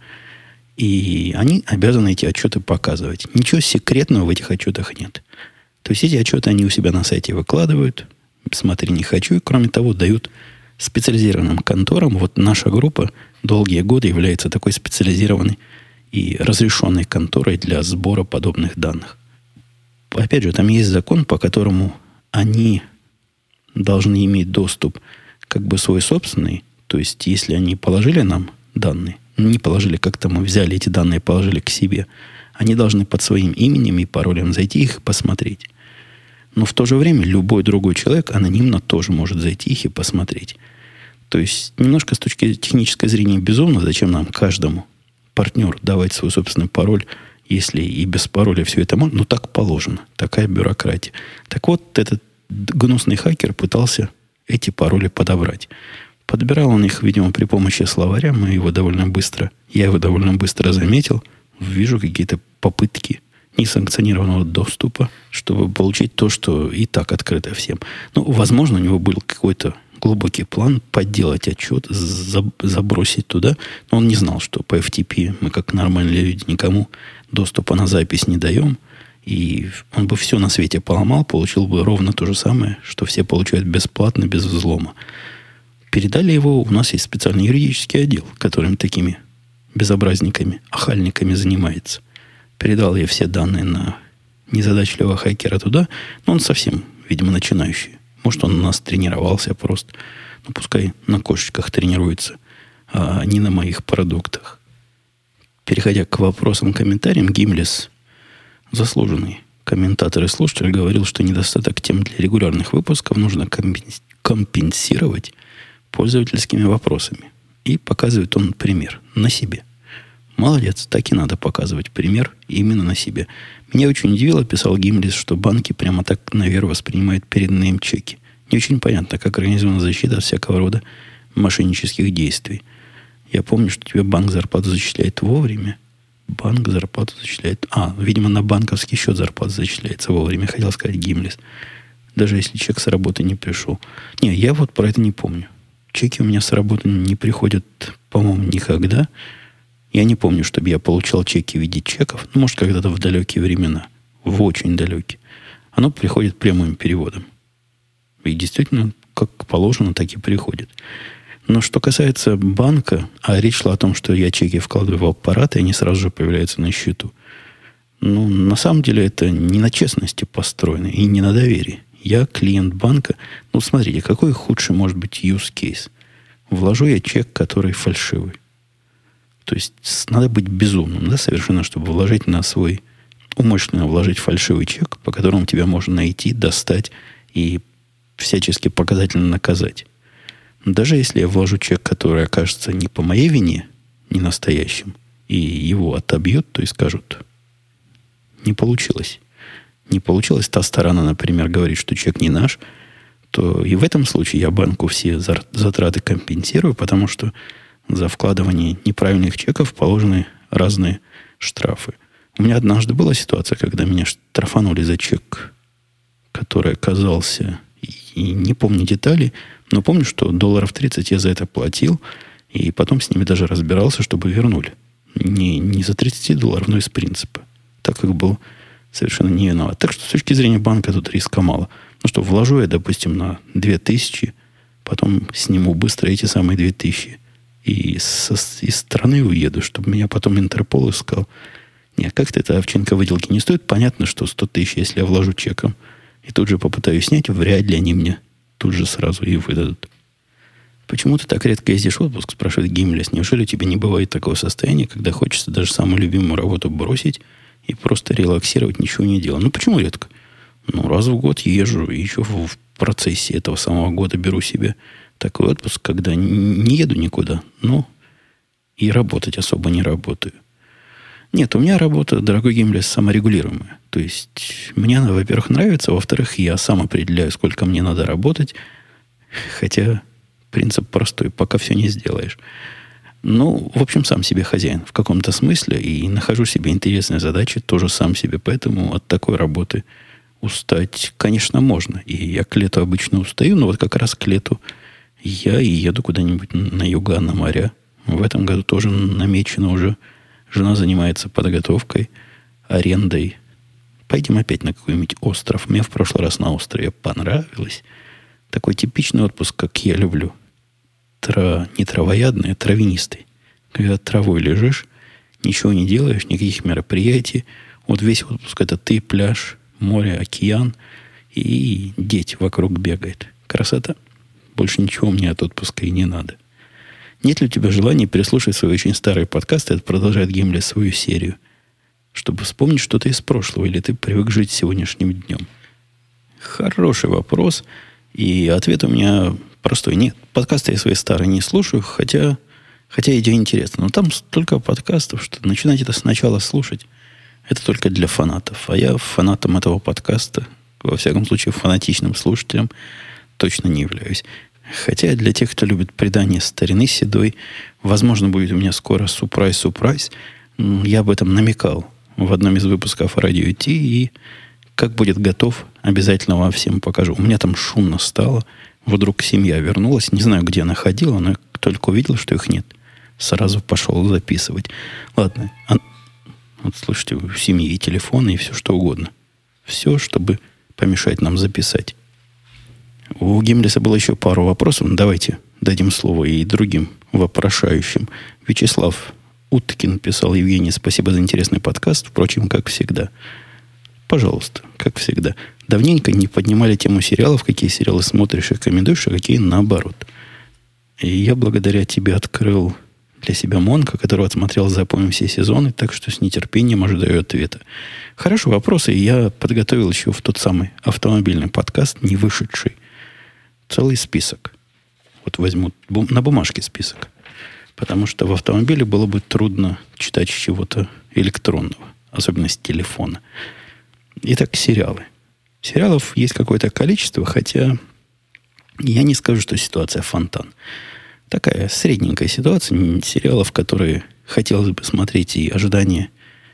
И они обязаны эти отчеты показывать. Ничего секретного в этих отчетах нет. То есть эти отчеты они у себя на сайте выкладывают. Смотри, не хочу. И кроме того, дают специализированным конторам. Вот наша группа долгие годы является такой специализированной и разрешенной конторой для сбора подобных данных. Опять же, там есть закон, по которому они должны иметь доступ как бы свой собственный. То есть, если они положили нам данные, не положили, как-то мы взяли эти данные и положили к себе, они должны под своим именем и паролем зайти их и посмотреть. Но в то же время любой другой человек анонимно тоже может зайти их и посмотреть. То есть, немножко с точки технической зрения безумно, зачем нам каждому партнеру давать свой собственный пароль, если и без пароля все это можно, но так положено. Такая бюрократия. Так вот, этот гнусный хакер пытался эти пароли подобрать. Подбирал он их, видимо, при помощи словаря. Я его довольно быстро заметил. Вижу какие-то попытки несанкционированного доступа, чтобы получить то, что и так открыто всем. Ну, возможно, у него был какой-то глубокий план подделать отчет, забросить туда. Но он не знал, что по FTP мы, как нормальные люди, никому доступа на запись не даем. И он бы все на свете поломал, получил бы ровно то же самое, что все получают бесплатно, без взлома. Передали его, у нас есть специальный юридический отдел, которым такими безобразниками, охальниками занимается. Передал я все данные на незадачливого хакера туда, но он совсем, видимо, начинающий. Может, он у нас тренировался просто. Ну, пускай на кошечках тренируется, а не на моих продуктах. Переходя к вопросам, комментариям, Гимлес, заслуженный комментатор и слушатель, говорил, что недостаток тем для регулярных выпусков нужно компенсировать пользовательскими вопросами. И показывает он пример на себе. Молодец, так и надо показывать пример именно на себе. Меня очень удивило, писал Гимлис, что банки прямо так на веру воспринимают переданные им чеки. Не очень понятно, как организована защита от всякого рода мошеннических действий. Я помню, что тебе банк зарплату зачисляет вовремя. Банк зарплату зачисляет... видимо, на банковский счет зарплата зачисляется вовремя. Хотел сказать Гимлис. Даже если чек с работы не пришел. Не, я вот про это не помню. Чеки у меня с работы не приходят, по-моему, никогда. Я не помню, чтобы я получал чеки в виде чеков. Ну, может, когда-то в далекие времена. В очень далекие. Оно приходит прямым переводом. И действительно, как положено, так и приходит. Но что касается банка, а речь шла о том, что я чеки вкладываю в аппарат, и они сразу же появляются на счету. Ну, на самом деле, это не на честности построено и не на доверии. Я клиент банка. Ну, смотрите, какой худший может быть use case? Вложу я чек, который фальшивый. То есть, надо быть безумным, да, совершенно, чтобы вложить на свой... Умышленно вложить фальшивый чек, по которому тебя можно найти, достать и всячески показательно наказать. Даже если я вложу чек, который окажется не по моей вине, не настоящим, и его отобьют, то и скажут, не получилось. Не получилось. Та сторона, например, говорит, что чек не наш, то и в этом случае я банку все затраты компенсирую, потому что за вкладывание неправильных чеков положены разные штрафы. У меня однажды была ситуация, когда меня штрафанули за чек, который оказался, и не помню детали, но помню, что $30 я за это платил, и потом с ними даже разбирался, чтобы вернули. Не за $30, но из принципа. Так как был совершенно не виноват. Так что с точки зрения банка тут риска мало. Ну что, вложу я, допустим, на 2000, потом сниму быстро эти самые 2000 и из страны уеду, чтобы меня потом Интерпол искал. Нет, как-то это овчинка выделки не стоит. Понятно, что 100 тысяч, если я вложу чеком и тут же попытаюсь снять, вряд ли они мне тут же сразу и выдадут. «Почему ты так редко ездишь в отпуск?» – спрашивает Гимлес. «Неужели у тебя не бывает такого состояния, когда хочется даже самую любимую работу бросить и просто релаксировать, ничего не делать?» Ну, почему редко? Ну, раз в год езжу, и еще в процессе этого самого года беру себе такой отпуск, когда не еду никуда, но и работать особо не работаю. Нет, у меня работа, дорогой Гимлес, саморегулируемая. То есть, мне она, во-первых, нравится, во-вторых, я сам определяю, сколько мне надо работать, хотя принцип простой, пока все не сделаешь. Ну, в общем, сам себе хозяин в каком-то смысле, и нахожу себе интересные задачи, тоже сам себе, поэтому от такой работы устать, конечно, можно. И я к лету обычно устаю, но вот как раз к лету я и еду куда-нибудь на юга, на моря. В этом году тоже намечено уже. Жена занимается подготовкой, арендой. Пойдем опять на какой-нибудь остров. Мне в прошлый раз на острове понравилось. Такой типичный отпуск, как я люблю. Не травоядный, а травянистый. Когда травой лежишь, ничего не делаешь, никаких мероприятий. Вот весь отпуск это ты, пляж, море, океан и дети вокруг бегают. Красота. Больше ничего мне от отпуска и не надо. Нет ли у тебя желания переслушать свои очень старые подкасты? Это продолжает Гимли свою серию. Чтобы вспомнить что-то из прошлого. Или ты привык жить сегодняшним днем? Хороший вопрос. И ответ у меня простой. Нет, подкасты я свои старые не слушаю, хотя идея интересна. Но там столько подкастов, что начинать это сначала слушать, это только для фанатов. А я фанатом этого подкаста, во всяком случае фанатичным слушателем, точно не являюсь. Хотя для тех, кто любит предание старины седой, возможно, будет у меня скоро сюрприз. Я об этом намекал в одном из выпусков радио ИТ, и как будет готов, обязательно вам всем покажу. У меня там шумно стало. Вдруг семья вернулась. Не знаю, где она ходила, но только увидел, что их нет. Сразу пошел записывать. Ладно. Вот слушайте, у семьи и телефоны, и все что угодно. Все, чтобы помешать нам записать. У Гимлиса было еще пару вопросов. Давайте дадим слово и другим вопрошающим. Вячеслав Уткин писал: Евгений, спасибо за интересный подкаст. Впрочем, как всегда. Пожалуйста, как всегда. Давненько не поднимали тему сериалов, какие сериалы смотришь и рекомендуешь, а какие наоборот. И я благодаря тебе открыл для себя Монка, которого отсмотрел за, по-моему, все сезоны, так что с нетерпением ожидаю ответа. Хороший вопрос, и я подготовил еще в тот самый автомобильный подкаст, не вышедший, целый список. Вот возьму на бумажке список. Потому что в автомобиле было бы трудно читать с чего-то электронного, особенно с телефона. Итак, сериалы. Сериалов есть какое-то количество, хотя я не скажу, что ситуация фонтан. Такая средненькая ситуация. Сериалов, которые хотелось бы смотреть, и ожидание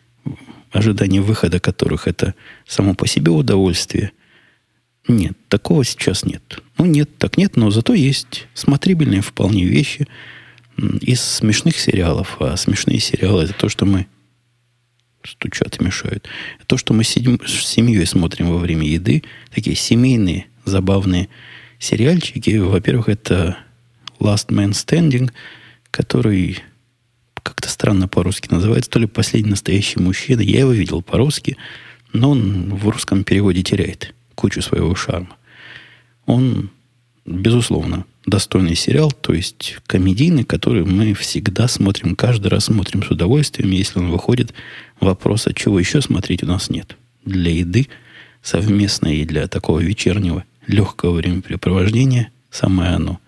выхода которых это само по себе удовольствие. Нет, такого сейчас нет. Ну, нет, так нет, но зато есть смотрибельные вполне вещи из смешных сериалов. А смешные сериалы — это то, что мы... Стучат и мешают. То, что мы с семьей смотрим во время еды, такие семейные, забавные сериальчики. Во-первых, это Last Man Standing, который как-то странно по-русски называется, то ли «Последний настоящий мужчина». Я его видел по-русски, но он в русском переводе теряет кучу своего шарма. Он, безусловно, достойный сериал, то есть комедийный, который мы всегда смотрим, каждый раз смотрим с удовольствием. Если он выходит, вопроса, чего еще смотреть, у нас нет. Для еды совместной и для такого вечернего легкого времяпрепровождения самое оно.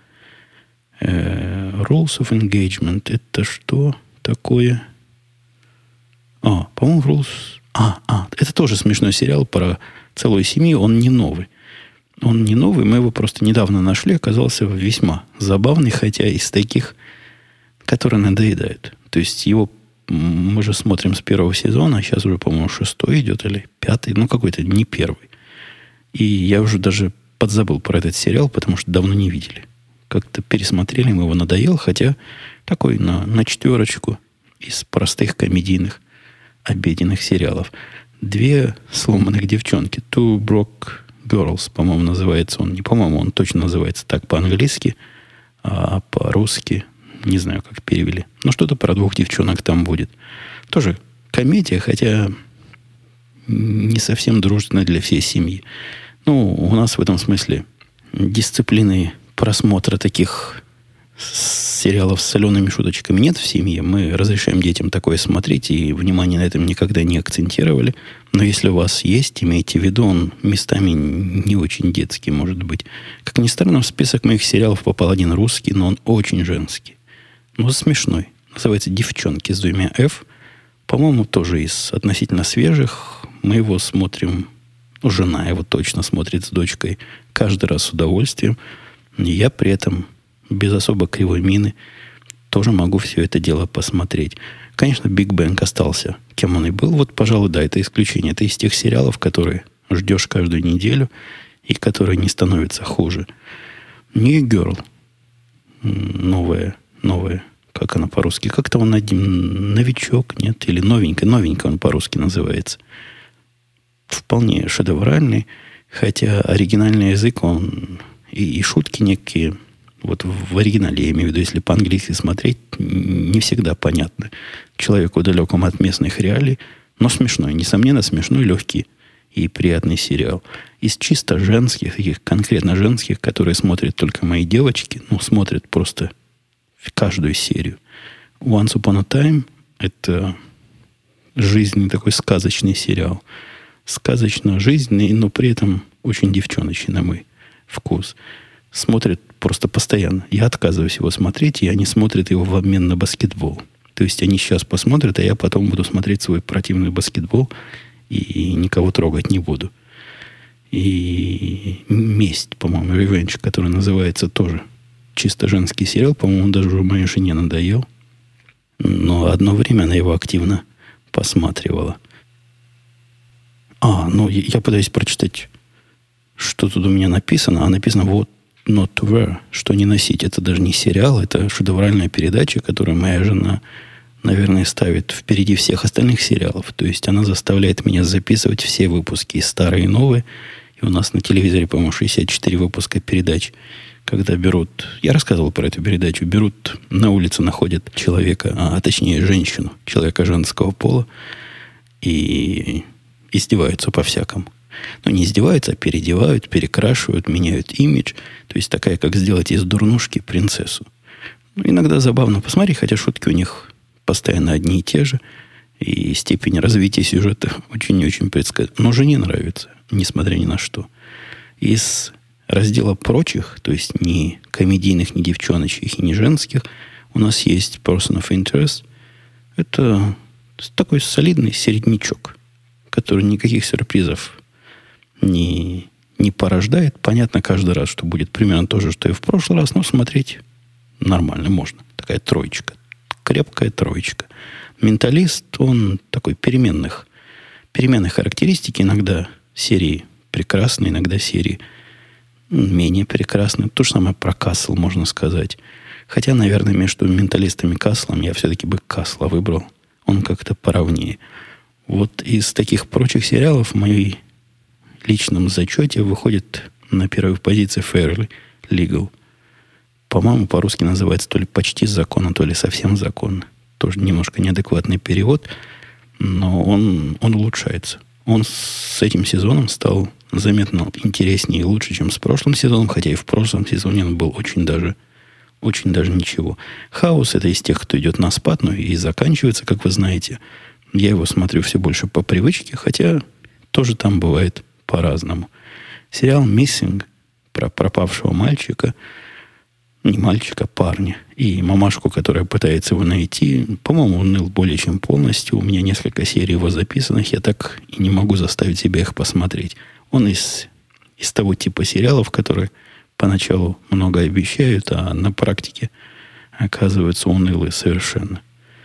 Rules of Engagement. Это что такое? По-моему, Rules... это тоже смешной сериал про целую семью. Он не новый. Он не новый, мы его просто недавно нашли. Оказался весьма забавный, хотя из таких, которые надоедают. То есть его мы же смотрим с первого сезона, а сейчас уже, по-моему, 6-й идет или 5-й, какой-то не первый. И я уже даже подзабыл про этот сериал, потому что давно не видели. Как-то пересмотрели, мы его надоел, хотя такой на 4 из простых комедийных обеденных сериалов. 2 сломанных девчонки. Two Broke Girls, по-моему, называется он. Не по-моему, он точно называется так по-английски, а по-русски не знаю, как перевели. Но что-то про 2 девчонок там будет. Тоже комедия, хотя не совсем дружественная для всей семьи. У нас в этом смысле дисциплины просмотра таких сериалов с солеными шуточками нет в семье. Мы разрешаем детям такое смотреть, и внимание на этом никогда не акцентировали. Но если у вас есть, имейте в виду, он местами не очень детский, может быть. Как ни странно, в список моих сериалов попал один русский, но он очень женский. Но смешной. Называется «Девчонки» с 2 «Ф». По-моему, тоже из относительно свежих. Мы его смотрим... жена его точно смотрит с дочкой каждый раз с удовольствием. И я при этом без особо кривой мины тоже могу все это дело посмотреть. Конечно, Биг Бэнг остался кем он и был. Вот, пожалуй, да, это исключение. Это из тех сериалов, которые ждешь каждую неделю, и которая не становится хуже. New Girl. Новая, как она по-русски? Как-то он один новичок, нет? Или новенькая он по-русски называется. Вполне шедевральный, хотя оригинальный язык, он и шутки некие, вот в оригинале, я имею в виду, если по-английски смотреть, не всегда понятно человеку далекому от местных реалий, но смешной, несомненно, смешной, легкий и приятный сериал. Из чисто женских, таких конкретно женских, которые смотрят только мои девочки, смотрят просто каждую серию. Once Upon a Time – это жизненный такой сказочный сериал. Сказочно жизненный, но при этом очень девчоночный, на мой вкус. Смотрят просто постоянно. Я отказываюсь его смотреть, и они смотрят его в обмен на баскетбол. То есть они сейчас посмотрят, а я потом буду смотреть свой противный баскетбол и никого трогать не буду. И «Месть», по-моему, «Revenge», который называется тоже чисто женский сериал. По-моему, даже уже моей жене надоел. Но одно время она его активно посматривала. Я пытаюсь прочитать, что тут у меня написано. А написано вот not to wear, что не носить. Это даже не сериал, это шедевральная передача, которую моя жена, наверное, ставит впереди всех остальных сериалов. То есть она заставляет меня записывать все выпуски, и старые, и новые. И у нас на телевизоре, по-моему, 64 выпуска передач. Когда берут, я рассказывал про эту передачу, берут на улице, находят человека, а точнее женщину, человека женского пола, и издеваются по-всякому. Не издеваются, а переодевают, перекрашивают, меняют имидж. То есть такая, как сделать из дурнушки принцессу. Иногда забавно посмотреть, хотя шутки у них постоянно одни и те же. И степень развития сюжета очень-очень предсказуема. Но жене нравится, несмотря ни на что. Из раздела прочих, то есть ни комедийных, ни девчоночьих, и ни женских, у нас есть Person of Interest. Это такой солидный середнячок, который никаких сюрпризов не порождает. Понятно каждый раз, что будет примерно то же, что и в прошлый раз, но смотреть нормально можно. Такая троечка. Крепкая троечка. «Менталист», он такой переменной характеристики. Иногда серии прекрасные, иногда серии менее прекрасные. То же самое про «Касл» можно сказать. Хотя, наверное, между «Менталистом» и «Каслом» я все-таки бы «Касла» выбрал. Он как-то поровнее. Вот из таких прочих сериалов в моем личном зачете выходит на первую позицию «Fairly Legal». По-моему, по-русски называется то ли «Почти законно», то ли «Совсем законно». Тоже немножко неадекватный перевод, но он улучшается. Он с этим сезоном стал заметно интереснее и лучше, чем с прошлым сезоном, хотя и в прошлом сезоне он был очень даже ничего. «Хаус» — это из тех, кто идет на спад, но и заканчивается, как вы знаете. Я его смотрю все больше по привычке, хотя тоже там бывает по-разному. Сериал «Missing» про пропавшего мальчика, не мальчика, парня, и мамашку, которая пытается его найти, по-моему, он ныл более чем полностью. У меня несколько серий его записанных, я так и не могу заставить себя их посмотреть. Он из того типа сериалов, которые поначалу много обещают, а на практике оказываются унылые совершенно.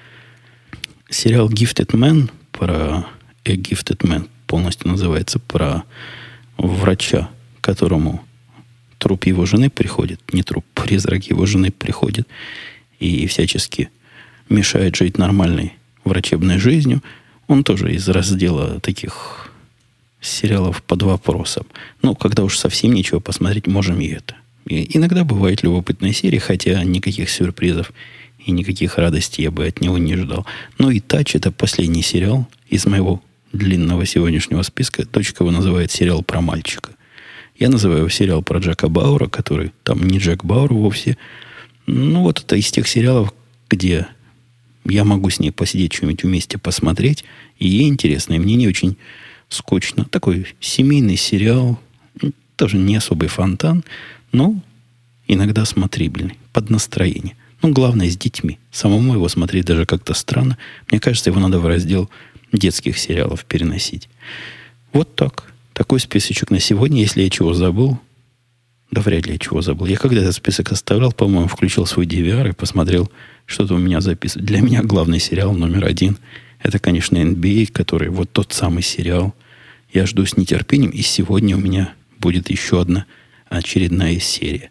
Сериал «Gifted Man» про A Gifted Man полностью называется, про врача, которому труп его жены приходит, не труп, призрак его жены приходит и всячески мешает жить нормальной врачебной жизнью. Он тоже из раздела таких сериалов под вопросом. Когда уж совсем нечего посмотреть, можем и это. И иногда бывают любопытные серии, хотя никаких сюрпризов и никаких радостей я бы от него не ждал. И «Тач» — это последний сериал из моего длинного сегодняшнего списка. Точка его называет сериал про мальчика. Я называю его сериал про Джека Бауэра, который там не Джек Бауэр вовсе. Это из тех сериалов, где я могу с ней посидеть, что-нибудь вместе посмотреть. И ей интересно, и мне не очень скучно. Такой семейный сериал, тоже не особый фонтан, но иногда смотрибельный, под настроение. Главное, с детьми. Самому его смотреть даже как-то странно. Мне кажется, его надо в раздел детских сериалов переносить. Вот так. Такой списочек на сегодня. Если я чего забыл, да вряд ли я чего забыл. Я когда этот список оставлял, по-моему, включил свой DVR и посмотрел, что-то у меня записано. Для меня главный сериал номер один — это, конечно, NBA, который вот тот самый сериал. Я жду с нетерпением, и сегодня у меня будет еще одна очередная серия.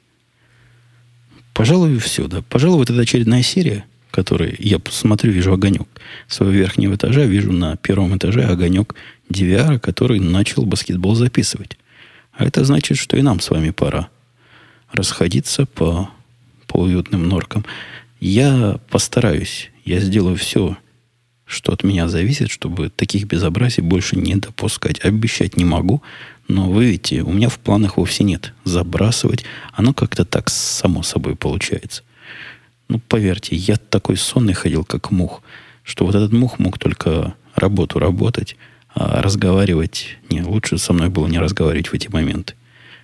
Пожалуй, все, да. Пожалуй, вот эта очередная серия, которую я смотрю, вижу огонек своего верхнего этажа, вижу на первом этаже огонек DVR, который начал баскетбол записывать. А это значит, что и нам с вами пора расходиться по уютным норкам. Я постараюсь, я сделаю все, что от меня зависит, чтобы таких безобразий больше не допускать. Обещать не могу, но вы видите, у меня в планах вовсе нет забрасывать. Оно как-то так само собой получается. Ну, поверьте, я такой сонный ходил, как мух, что вот этот мух мог только работу работать, а разговаривать... Не, лучше со мной было не разговаривать в эти моменты.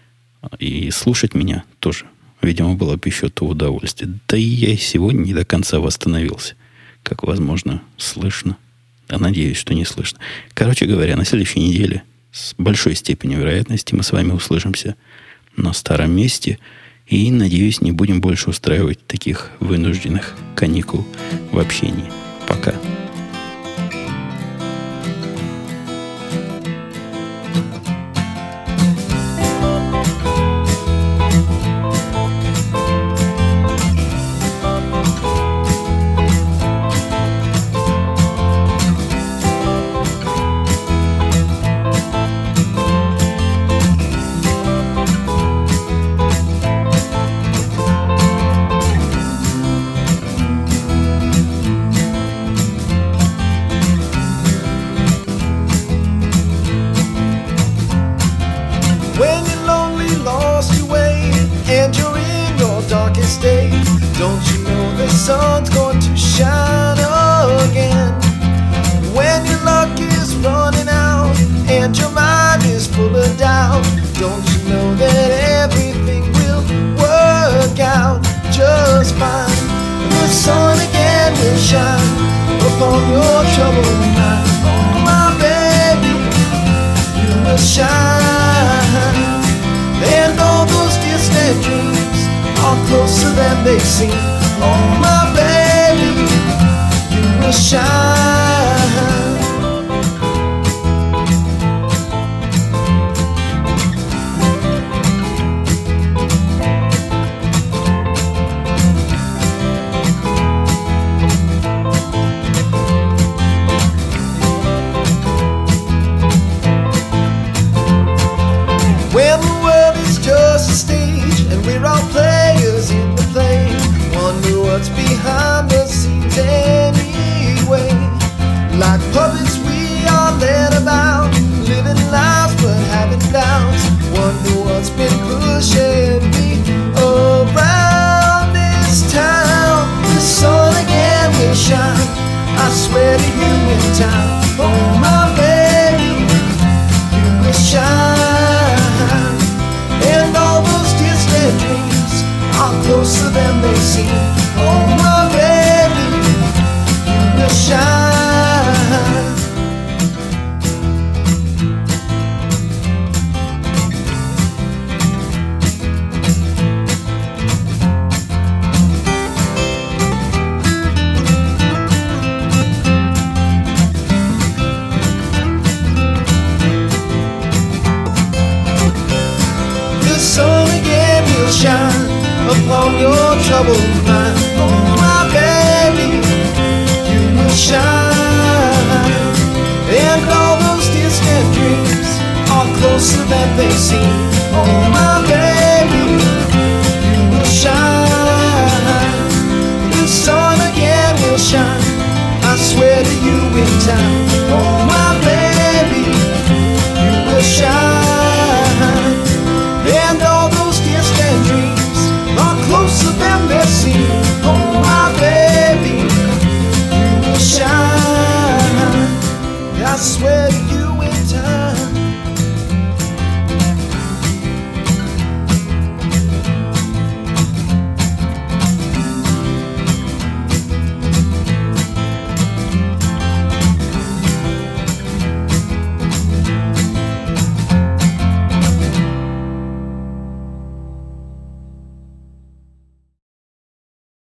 И слушать меня тоже, видимо, было бы еще то удовольствие. Да и я сегодня не до конца восстановился. Как, возможно, слышно. Да, надеюсь, что не слышно. Короче говоря, на следующей неделе с большой степенью вероятности мы с вами услышимся на старом месте. И, надеюсь, не будем больше устраивать таких вынужденных каникул в общении. Пока. I swear